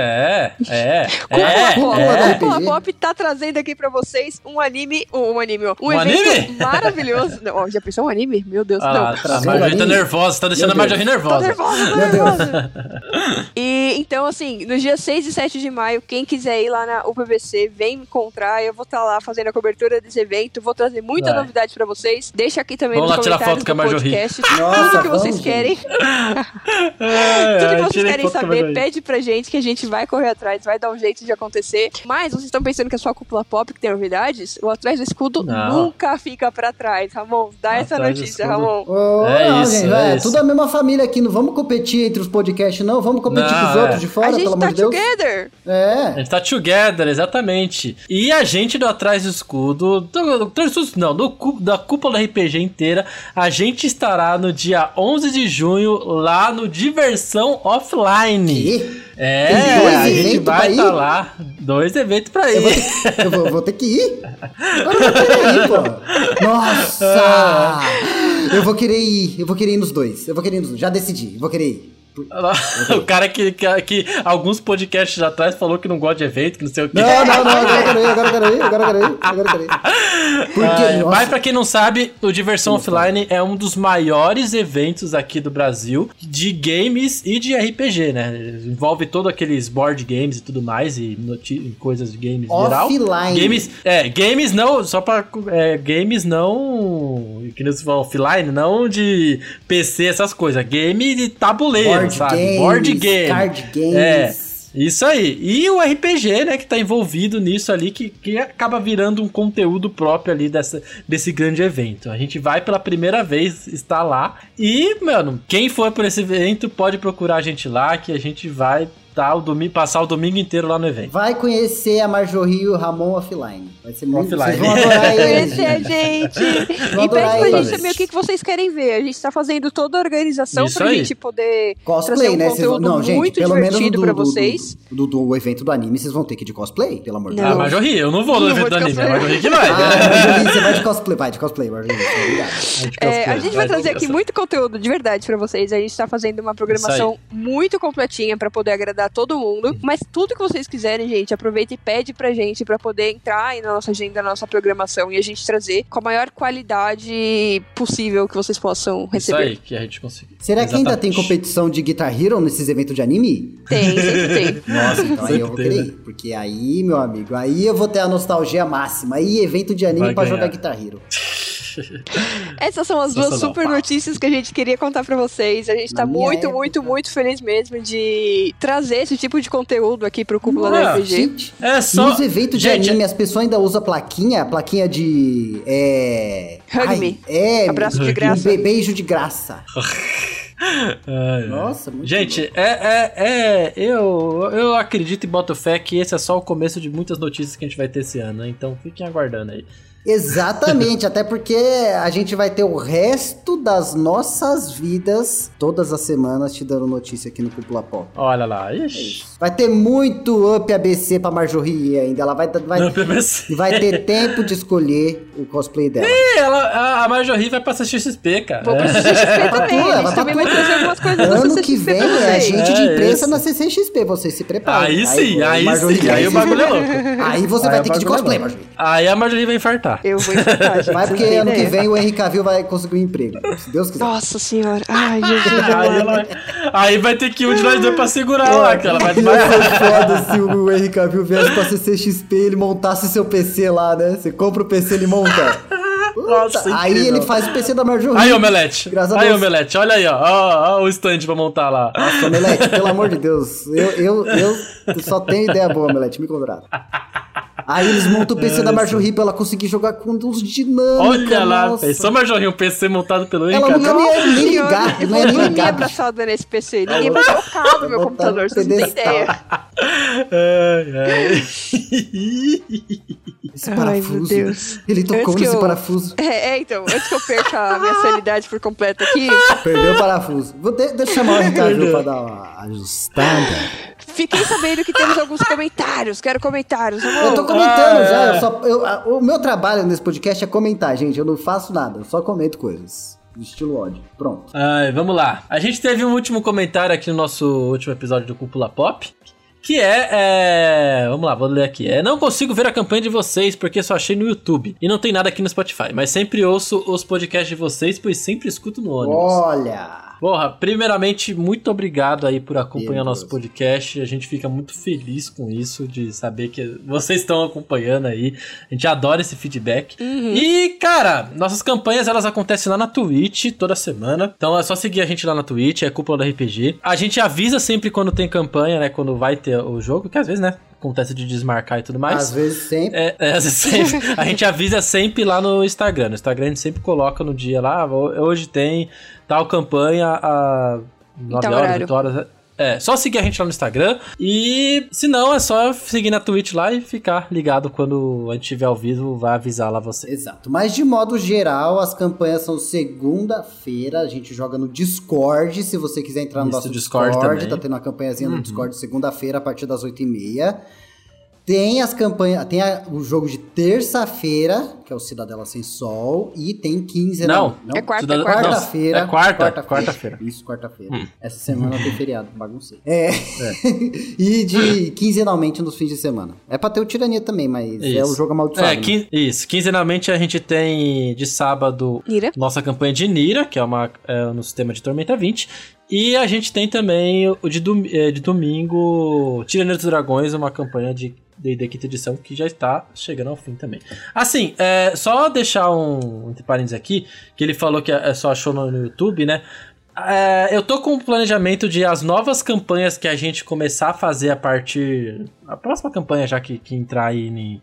Cúpula Pop tá trazendo aqui pra vocês um evento maravilhoso. Ó, já pensou um anime? Meu Deus, não. A Marjorie tá nervosa, tá deixando a Marjorie nervosa. Tô nervosa. E então, assim, no dia 6 e 7 de maio, quem quiser ir lá na UPBC, vem me encontrar. Eu vou estar lá fazendo a cobertura desse evento. Vou trazer muita novidade pra vocês. Deixa aqui também nos comentários do podcast tudo que vocês querem. Tudo que vocês querem saber, pede pra gente que a gente vai correr atrás, vai dar um jeito de acontecer. Mas vocês estão pensando que é só a Cúpula Pop que tem novidades? O Atrás do Escudo nunca fica pra trás, Ramon. Dá essa notícia, Ramon. Gente, tudo a mesma família aqui. Não vamos competir entre os podcasts, não. Vamos competir com os outros de fora, pelo amor de Deus. A gente tá together, exatamente. E a gente do Atrás do Escudo, da Cúpula RPG inteira, a gente estará no dia 11 de junho lá no Diversão Offline. A gente vai estar lá. 2 eventos pra ir. Eu vou ter que ir? Agora eu vou querer ir, pô. Nossa! Eu vou querer ir nos dois. Já decidi, eu vou querer ir. O cara que alguns podcasts atrás falou que não gosta de evento, que não sei o quê. Não, agora quero ir. Mas pra quem não sabe, o Diversão Offline é um dos maiores eventos aqui do Brasil de games e de RPG, né? Envolve todos aqueles board games e tudo mais, e coisas de games em geral. Offline. Games não, só pra... games não... Que não se fala offline, não de PC, essas coisas. Game de tabuleiro. Board game, card games. Isso aí. E o RPG, né, que tá envolvido nisso ali, que acaba virando um conteúdo próprio ali desse grande evento. A gente vai pela primeira vez estar lá. E, mano, quem for por esse evento pode procurar a gente lá, que a gente vai passar o domingo inteiro lá no evento. Vai conhecer a Marjorie e o Ramon offline. Vai ser muito... Offline. Vocês vão adorar eles. Conhecer a gente. E pede pra gente saber o que vocês querem ver. A gente tá fazendo toda a organização pra gente poder trazer um conteúdo muito divertido pra vocês. Do evento do anime, vocês vão ter que ir de cosplay, pelo amor de Deus. Marjorie, eu não vou no evento do anime. A Marjorie que vai. Marjorie, você vai de cosplay. Vai de cosplay, Marjorie. A gente vai trazer aqui muito conteúdo de verdade pra vocês. A gente tá fazendo uma programação muito completinha pra poder agradar todo mundo, mas tudo que vocês quiserem, gente, aproveita e pede pra gente pra poder entrar aí na nossa agenda, na nossa programação e a gente trazer com a maior qualidade possível que vocês possam receber. Isso aí, que a gente conseguir. Será que ainda tem competição de Guitar Hero nesses eventos de anime? Tem, sempre tem. Nossa, então aí eu vou querer ir, porque aí, meu amigo, aí eu vou ter a nostalgia máxima, aí evento de anime pra jogar Guitar Hero. Essas são as duas super notícias que a gente queria contar pra vocês. A gente tá muito feliz mesmo de trazer esse tipo de conteúdo aqui pro Cúpula do RPG. Gente, nos eventos de anime as pessoas ainda usam plaquinha de... Hug me. Abraço de graça. Beijo de graça. Nossa, muito gente, eu acredito e boto fé que esse é só o começo de muitas notícias que a gente vai ter esse ano, né? Então fiquem aguardando aí. Exatamente, até porque a gente vai ter o resto das nossas vidas, todas as semanas, te dando notícia aqui no Cúpula Pop. Olha lá, ixi. Vai ter muito Up ABC pra Marjorie ainda, ela vai ter tempo de escolher o cosplay dela. Ih, a Marjorie vai pra CXP, cara. Vou pra CCXP também, a gente também vai trazer algumas coisas da Ano que CCXP vem pra é vocês. agente de imprensa isso. na CCXP, vocês se preparem. Aí sim, aí o bagulho é louco. Aí você vai ter que ir de cosplay, Marjorie. Aí a Marjorie vai infartar. Eu vou enfrentar, gente. Vai porque não tem ano que ideia. vem o Henry Cavill vai conseguir um emprego, se Deus quiser. Nossa senhora. Ai, Jesus. Aí vai ter que ir um de nós dois pra segurar lá, que ela vai desmaiar. Foda se o Henry Cavill viesse pra CCXP e ele montasse seu PC lá, né? Você compra o PC e ele monta. Nossa, Aí incrível. ele faz o PC da Marjorie. Aí, Omelete. Graças a Aí, Deus. Omelete. Olha aí, ó. Ó o stand pra montar lá. Nossa, Omelete, pelo amor de Deus. Eu só tenho ideia boa, Omelete, me contrata. Aí eles montam o PC da Marjorie pra ela conseguir jogar com luz dinâmica. Olha lá, nossa. pensou, Marjorie, um PC montado pelo Ela Henrique. nunca ia nem ligar, Eu não ia nem vou dormir ligar. abraçada nesse PC. Ninguém vai tocar no meu Botar computador, no vocês não têm pedestal. ideia. Esse Ai, parafuso. meu Deus. Ele tocou Antes que nesse eu- parafuso. Então, antes que eu perca a minha sanidade por completo aqui, Perdeu o parafuso. Deixa eu chamar o Henry Cavill pra dar uma ajustada. fiquei sabendo que temos alguns comentários. Quero comentários. Vamos. Eu tô comentando já. O meu trabalho nesse podcast é comentar, gente. Eu não faço nada, eu só comento coisas. Estilo ódio. Pronto. Ai, vamos lá. A gente teve um último comentário aqui no nosso último episódio do Cúpula Pop. Que vamos lá, vou ler aqui. Não consigo ver a campanha de vocês porque só achei no YouTube. E não tem nada aqui no Spotify. Mas sempre ouço os podcasts de vocês, pois sempre escuto no ônibus. Olha. Porra, primeiramente, muito obrigado aí por acompanhar Meu nosso Deus. podcast. A gente fica muito feliz com isso, de saber que vocês estão acompanhando aí. A gente adora esse feedback. E, cara, nossas campanhas, elas acontecem lá na Twitch toda semana. Então é só seguir a gente lá na Twitch, é Cúpula do RPG. A gente avisa sempre quando tem campanha, né, quando vai ter o jogo, que às vezes, né, acontece de desmarcar e tudo mais. Às vezes sempre. Às vezes sempre. A gente avisa sempre lá no Instagram. No Instagram a gente sempre coloca no dia lá, hoje tem tal campanha a 9 Tal horas, horário. 8 horas. Só seguir a gente lá no Instagram. E se não, é só seguir na Twitch lá e ficar ligado quando a gente estiver ao vivo, vai avisar lá você. Exato. Mas de modo geral, as campanhas são segunda-feira. A gente joga no Discord. Se você quiser entrar no Isso, nosso Discord Discord, também. tá tendo uma campanhazinha no Discord segunda-feira a partir das 8h30. Tem as campanhas. Tem o jogo de terça-feira, que é o Cidadela Sem Sol, e tem 15. Não. É quarta, Cidadão- é quarta. Quarta-feira. É quarta-feira. Isso, quarta-feira. Essa semana tem feriado, baguncei. E de quinzenalmente nos fins de semana. É pra ter o Tirania também, mas é o jogo amaldiçoado. né? Isso. Quinzenalmente a gente tem de sábado Nira. nossa campanha de Nira, que é no sistema de Tormenta 20. E a gente tem também o de domingo, Tirania dos Dragões, uma campanha de D&D quinta edição que já está chegando ao fim também. Assim, só deixar entre parênteses aqui, que ele falou que só achou no YouTube, né? Eu tô com um planejamento de as novas campanhas que a gente começar a fazer a próxima campanha já que entrar aí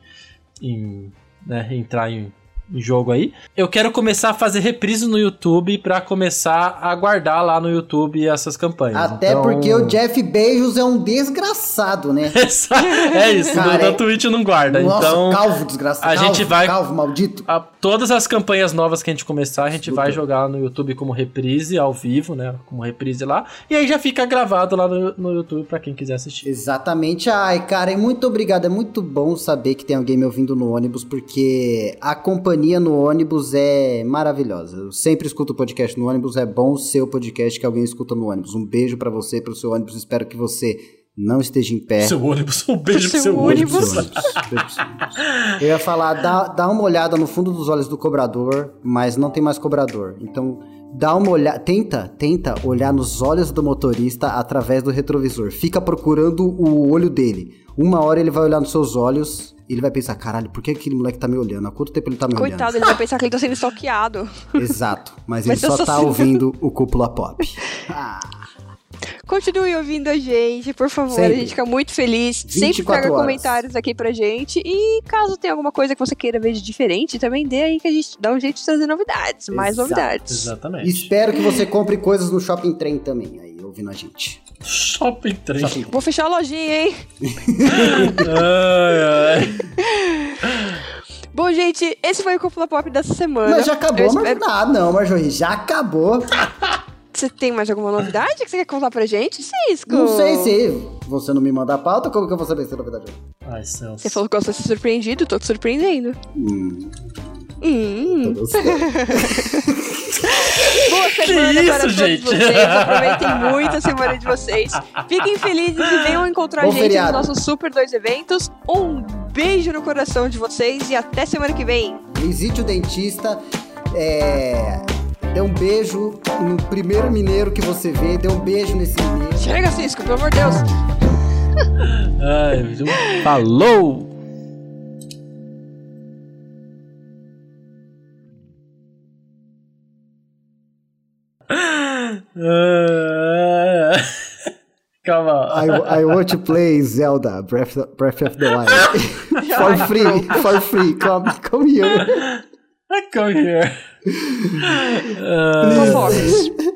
entrar em jogo aí. Eu quero começar a fazer reprises no YouTube pra começar a guardar lá no YouTube essas campanhas. Até Então- porque o Jeff Bezos é um desgraçado, né? É isso, Cara, da Twitch não guarda. Nossa, Então, calvo desgraçado. a gente vai- Calvo maldito. todas as campanhas novas que a gente começar, a gente Super. vai jogar no YouTube como reprise, ao vivo, né? Como reprise lá. E aí já fica gravado lá no YouTube pra quem quiser assistir. Exatamente. Ai, cara, e muito obrigado. É muito bom saber que tem alguém me ouvindo no ônibus, porque a companhia no ônibus é maravilhosa. Eu sempre escuto podcast no ônibus, é bom ser o podcast que alguém escuta no ônibus. Um beijo pra você e pro seu ônibus. Espero que você não esteja em pé. Seu ônibus, um beijo pro seu ônibus. ônibus. Beijo pro seu ônibus. Eu ia falar, dá uma olhada no fundo dos olhos do cobrador, mas não tem mais cobrador. Então, dá uma olhada, tenta olhar nos olhos do motorista através do retrovisor. Fica procurando o olho dele. Uma hora ele vai olhar nos seus olhos e ele vai pensar, caralho, por que aquele moleque tá me olhando? Há quanto tempo ele tá me Coitado, olhando? ele vai pensar que ele tá sendo stalkeado. Exato, mas ele Vai ser só tá assassino. ouvindo o Cúpula Pop. Continue ouvindo a gente, por favor. Sempre. A gente fica muito feliz. Sempre 24 traga horas. comentários aqui pra gente. E caso tenha alguma coisa que você queira ver de diferente, também dê aí que a gente dá um jeito de trazer novidades. Mais Exato. novidades. Exatamente. Espero que você compre coisas no Shopping Trem também, aí ouvindo a gente. Shopping 3. Shopping Vou fechar a lojinha, hein? Ai, ai. Bom, gente, esse foi o Cúpula Pop dessa semana. Mas já acabou, não, Marjorie, já acabou. Você tem mais alguma novidade que você quer contar pra gente, Cisco? Não sei se você não me manda a pauta, como que eu vou saber se é novidade? Ai, Celso. Você falou que gosta de ser surpreendido, tô te surpreendendo. Boa semana para todos gente? vocês. Aproveitem muito a semana de vocês. Fiquem felizes e venham encontrar a gente feriado. nos nossos Super 2 eventos. Um beijo no coração de vocês e até semana que vem. Visite o dentista, dê um beijo no primeiro mineiro que você vê, dê um beijo nesse mineiro. Chega, Cisco, pelo amor de Deus. Ai, falou! Calma. I want to play Zelda, Breath of the Wild. for free, come here. Come here. Fofocas.